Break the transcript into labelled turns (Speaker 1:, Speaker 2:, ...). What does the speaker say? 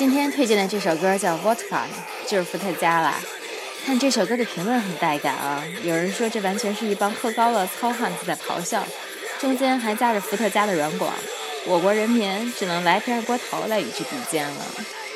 Speaker 1: 今天推荐的这首歌叫 Vodka， 就是伏特加啦。看这首歌的评论很带感啊，有人说这完全是一帮喝高了糙汉子在咆哮，中间还夹着伏特加的软广，我国人民只能来片锅头来与之比肩了。